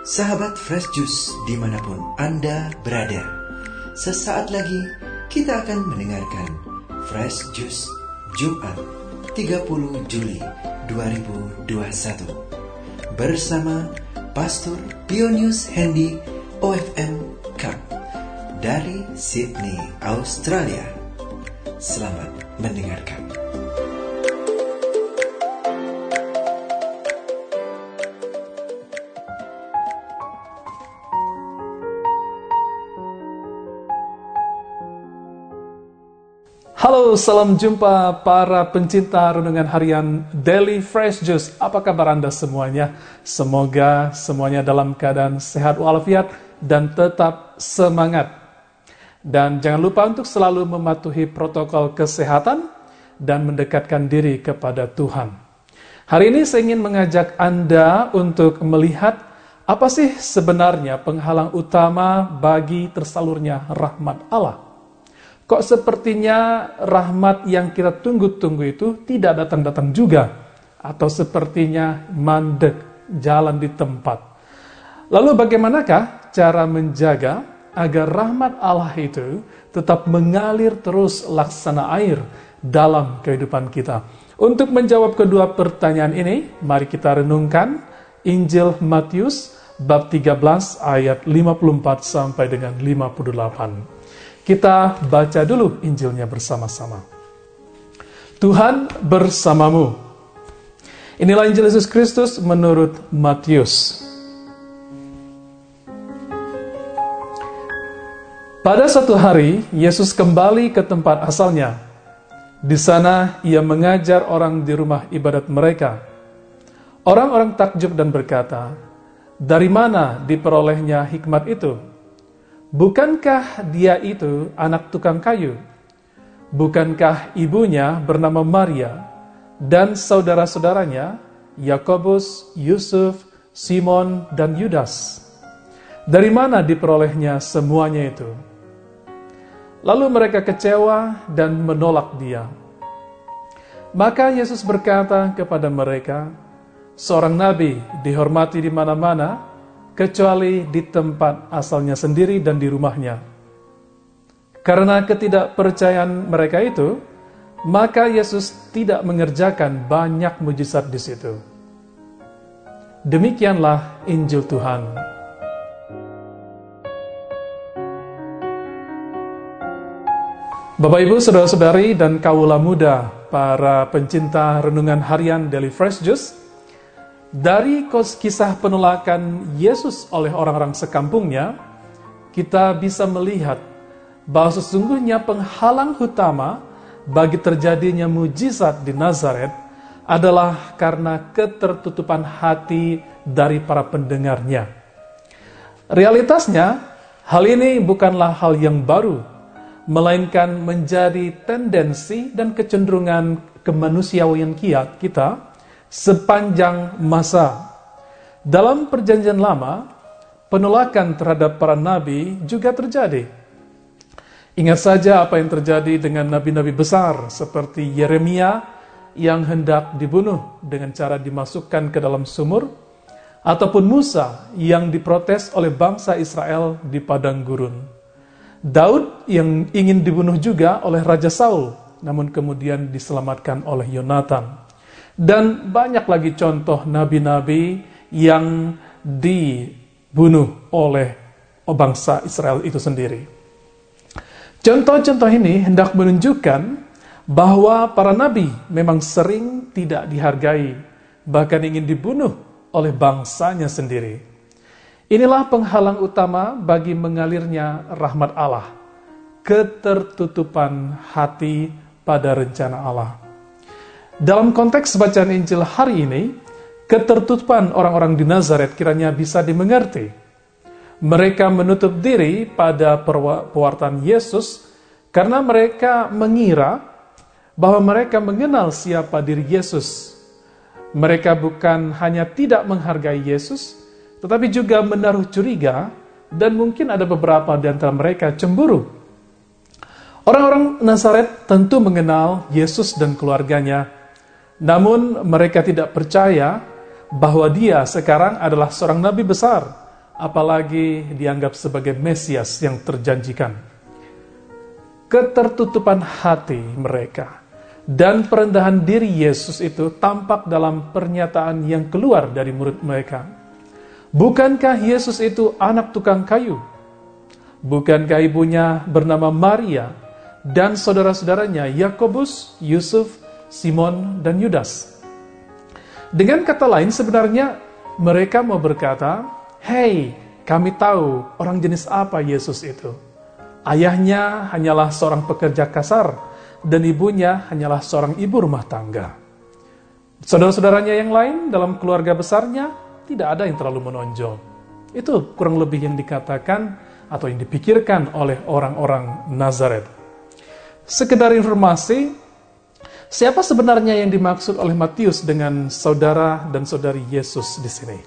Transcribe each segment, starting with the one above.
Sahabat Fresh Juice dimanapun Anda berada, sesaat lagi kita akan mendengarkan Fresh Juice Jumat 30 Juli 2021 bersama Pastor Pionius Hendy OFM Cup dari Sydney, Australia. Selamat mendengarkan. Halo, salam jumpa para pencinta renungan harian Daily Fresh Juice. Apa kabar Anda semuanya? Semoga semuanya dalam keadaan sehat walafiat dan tetap semangat. Dan jangan lupa untuk selalu mematuhi protokol kesehatan dan mendekatkan diri kepada Tuhan. Hari ini saya ingin mengajak Anda untuk melihat apa sih sebenarnya penghalang utama bagi tersalurnya rahmat Allah. Kok sepertinya rahmat yang kita tunggu-tunggu itu tidak datang-datang juga? Atau sepertinya mandek, jalan di tempat. Lalu bagaimanakah cara menjaga agar rahmat Allah itu tetap mengalir terus laksana air dalam kehidupan kita? Untuk menjawab kedua pertanyaan ini, mari kita renungkan Injil Matius bab 13 ayat 54 sampai dengan 58. Kita baca dulu Injilnya bersama-sama. Tuhan bersamamu. Inilah Injil Yesus Kristus menurut Matius. Pada suatu hari, Yesus kembali ke tempat asalnya. Di sana, ia mengajar orang di rumah ibadat mereka. Orang-orang takjub dan berkata, "Dari mana diperolehnya hikmat itu? Bukankah dia itu anak tukang kayu? Bukankah ibunya bernama Maria dan saudara-saudaranya Yakobus, Yusuf, Simon, dan Yudas? Dari mana diperolehnya semuanya itu?" Lalu mereka kecewa dan menolak dia. Maka Yesus berkata kepada mereka, "Seorang nabi dihormati di mana-mana, kecuali di tempat asalnya sendiri dan di rumahnya." Karena ketidakpercayaan mereka itu, maka Yesus tidak mengerjakan banyak mujizat di situ. Demikianlah Injil Tuhan. Bapak, Ibu, Saudara-saudari, dan kaula muda, para pencinta renungan harian Daily Fresh Juice, dari kisah penolakan Yesus oleh orang-orang sekampungnya, kita bisa melihat bahwa sesungguhnya penghalang utama bagi terjadinya mujizat di Nazaret adalah karena ketertutupan hati dari para pendengarnya. Realitasnya, hal ini bukanlah hal yang baru, melainkan menjadi tendensi dan kecenderungan kemanusiaan kita sepanjang masa. Dalam Perjanjian Lama, penolakan terhadap para nabi juga terjadi. Ingat saja apa yang terjadi dengan nabi-nabi besar seperti Yeremia yang hendak dibunuh dengan cara dimasukkan ke dalam sumur, ataupun Musa yang diprotes oleh bangsa Israel di padang gurun. Daud yang ingin dibunuh juga oleh Raja Saul, namun kemudian diselamatkan oleh Yonatan. Dan banyak lagi contoh nabi-nabi yang dibunuh oleh bangsa Israel itu sendiri. Contoh-contoh ini hendak menunjukkan bahwa para nabi memang sering tidak dihargai, bahkan ingin dibunuh oleh bangsanya sendiri. Inilah penghalang utama bagi mengalirnya rahmat Allah, ketertutupan hati pada rencana Allah. Dalam konteks bacaan Injil hari ini, ketertutupan orang-orang di Nazaret kiranya bisa dimengerti. Mereka menutup diri pada pewartaan Yesus karena mereka mengira bahwa mereka mengenal siapa diri Yesus. Mereka bukan hanya tidak menghargai Yesus, tetapi juga menaruh curiga dan mungkin ada beberapa di antara mereka cemburu. Orang-orang Nazaret tentu mengenal Yesus dan keluarganya. Namun mereka tidak percaya bahwa dia sekarang adalah seorang nabi besar, apalagi dianggap sebagai Mesias yang terjanjikan. Ketertutupan hati mereka dan perendahan diri Yesus itu tampak dalam pernyataan yang keluar dari murid mereka. Bukankah Yesus itu anak tukang kayu? Bukankah ibunya bernama Maria dan saudara-saudaranya Yakobus, Yusuf, Simon, dan Yudas? Dengan kata lain, sebenarnya mereka mau berkata, "Hei, kami tahu orang jenis apa Yesus itu. Ayahnya hanyalah seorang pekerja kasar dan ibunya hanyalah seorang ibu rumah tangga. Saudara-saudaranya yang lain dalam keluarga besarnya tidak ada yang terlalu menonjol." Itu kurang lebih yang dikatakan atau yang dipikirkan oleh orang-orang Nazaret. Sekedar informasi, siapa sebenarnya yang dimaksud oleh Matius dengan saudara dan saudari Yesus di sini?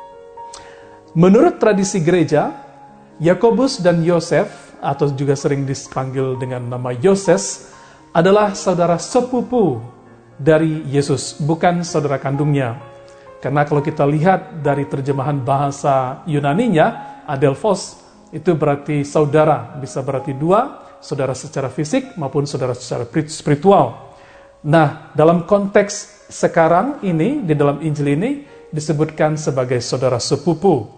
Menurut tradisi gereja, Yakobus dan Yosef, atau juga sering dipanggil dengan nama Yoses, adalah saudara sepupu dari Yesus, bukan saudara kandungnya. Karena kalau kita lihat dari terjemahan bahasa Yunaninya, adelphos, itu berarti saudara, bisa berarti dua, saudara secara fisik maupun saudara secara spiritual. Nah, dalam konteks sekarang ini, di dalam Injil ini, disebutkan sebagai saudara sepupu.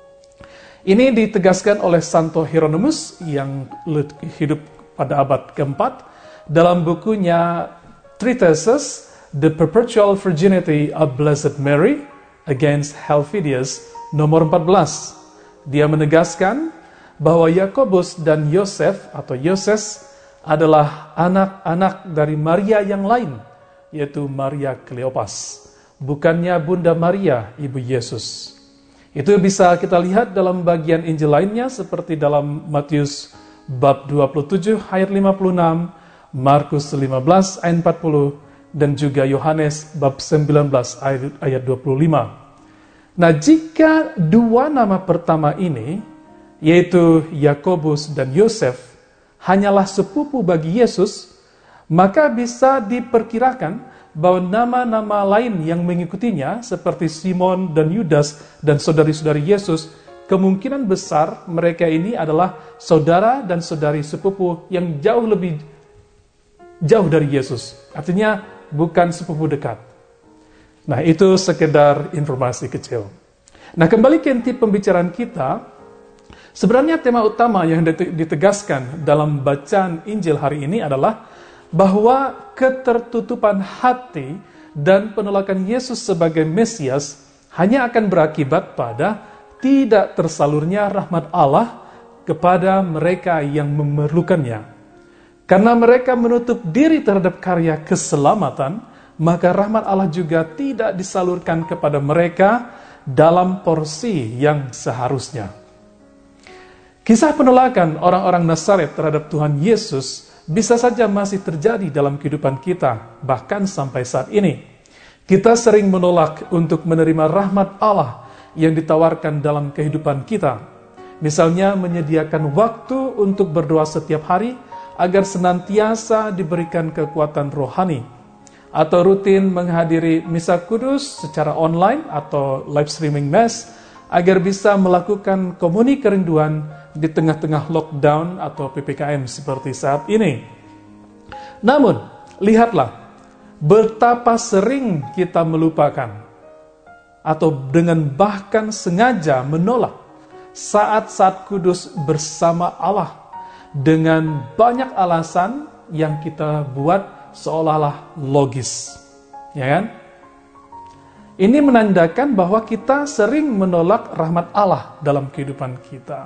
Ini ditegaskan oleh Santo Hieronymus yang hidup pada abad keempat dalam bukunya Treatises The Perpetual Virginity of Blessed Mary Against Helvidius nomor 14. Dia menegaskan bahwa Yakobus dan Yosef atau Yoses adalah anak-anak dari Maria yang lain, yaitu Maria Kleopas, bukannya Bunda Maria, ibu Yesus. Itu bisa kita lihat dalam bagian Injil lainnya seperti dalam Matius bab 27 ayat 56, Markus 15 ayat 40, dan juga Yohanes bab 19 ayat 25. Nah, jika dua nama pertama ini, yaitu Yakobus dan Yosef, hanyalah sepupu bagi Yesus, maka bisa diperkirakan bahwa nama-nama lain yang mengikutinya seperti Simon dan Yudas dan saudari-saudari Yesus, kemungkinan besar mereka ini adalah saudara dan saudari sepupu yang jauh lebih jauh dari Yesus. Artinya bukan sepupu dekat. Nah, itu sekedar informasi kecil. Nah, kembali ke inti pembicaraan kita, sebenarnya tema utama yang ditegaskan dalam bacaan Injil hari ini adalah bahwa ketertutupan hati dan penolakan Yesus sebagai Mesias hanya akan berakibat pada tidak tersalurnya rahmat Allah kepada mereka yang memerlukannya. Karena mereka menutup diri terhadap karya keselamatan, maka rahmat Allah juga tidak disalurkan kepada mereka dalam porsi yang seharusnya. Kisah penolakan orang-orang Nazaret terhadap Tuhan Yesus bisa saja masih terjadi dalam kehidupan kita, bahkan sampai saat ini. Kita sering menolak untuk menerima rahmat Allah yang ditawarkan dalam kehidupan kita. Misalnya menyediakan waktu untuk berdoa setiap hari agar senantiasa diberikan kekuatan rohani, atau rutin menghadiri misa kudus secara online atau live streaming mass agar bisa melakukan komuni kerinduan di tengah-tengah lockdown atau PPKM seperti saat ini. Namun, lihatlah betapa sering kita melupakan atau dengan bahkan sengaja menolak saat-saat kudus bersama Allah dengan banyak alasan yang kita buat seolah-olah logis. Ya kan? Ini menandakan bahwa kita sering menolak rahmat Allah dalam kehidupan kita.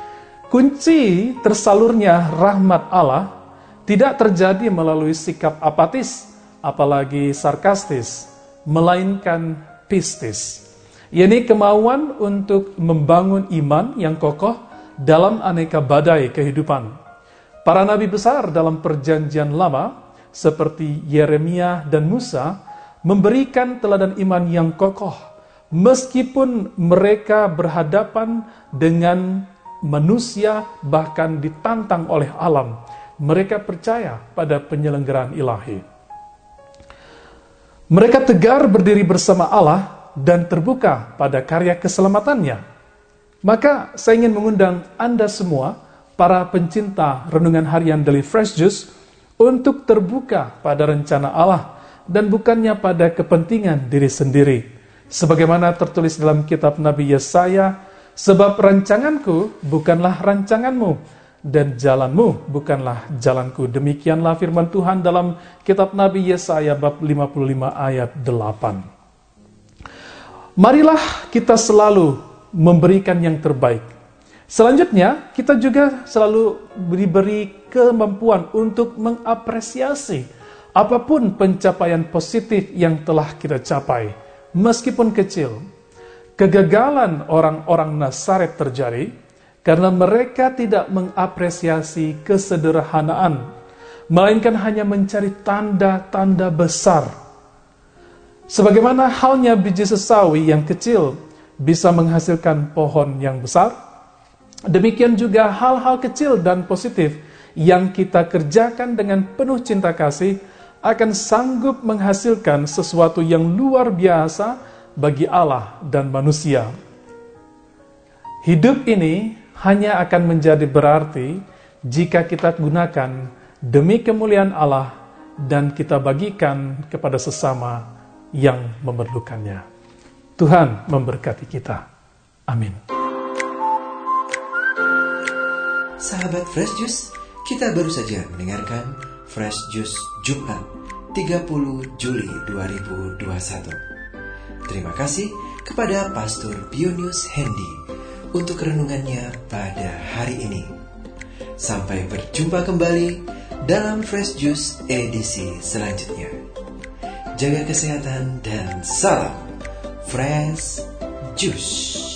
Kunci tersalurnya rahmat Allah tidak terjadi melalui sikap apatis, apalagi sarkastis, melainkan pistis, yakni kemauan untuk membangun iman yang kokoh dalam aneka badai kehidupan. Para nabi besar dalam perjanjian lama, seperti Yeremia dan Musa, memberikan teladan iman yang kokoh, meskipun mereka berhadapan dengan manusia, bahkan ditantang oleh alam. Mereka percaya pada penyelenggaraan ilahi. Mereka tegar berdiri bersama Allah dan terbuka pada karya keselamatannya. Maka saya ingin mengundang Anda semua, para pencinta renungan harian Daily Fresh Juice, untuk terbuka pada rencana Allah dan bukannya pada kepentingan diri sendiri. Sebagaimana tertulis dalam kitab Nabi Yesaya, sebab rancanganku bukanlah rancanganmu, dan jalanmu bukanlah jalanku. Demikianlah firman Tuhan dalam kitab Nabi Yesaya bab 55 ayat 8. Marilah kita selalu memberikan yang terbaik. Selanjutnya, kita juga selalu diberi kemampuan untuk mengapresiasi apapun pencapaian positif yang telah kita capai, meskipun kecil. Kegagalan orang-orang Nazaret terjadi karena mereka tidak mengapresiasi kesederhanaan, melainkan hanya mencari tanda-tanda besar. Sebagaimana halnya biji sesawi yang kecil bisa menghasilkan pohon yang besar, demikian juga hal-hal kecil dan positif yang kita kerjakan dengan penuh cinta kasih akan sanggup menghasilkan sesuatu yang luar biasa bagi Allah dan manusia. Hidup ini hanya akan menjadi berarti jika kita gunakan demi kemuliaan Allah dan kita bagikan kepada sesama yang memerlukannya. Tuhan memberkati kita. Amin. Sahabat Fresh Juice, kita baru saja mendengarkan Fresh Juice Jumat 30 Juli 2021. Terima kasih kepada Pastor Pionius Hendy untuk renungannya pada hari ini. Sampai berjumpa kembali dalam Fresh Juice edisi selanjutnya. Jaga kesehatan dan salam Fresh Juice.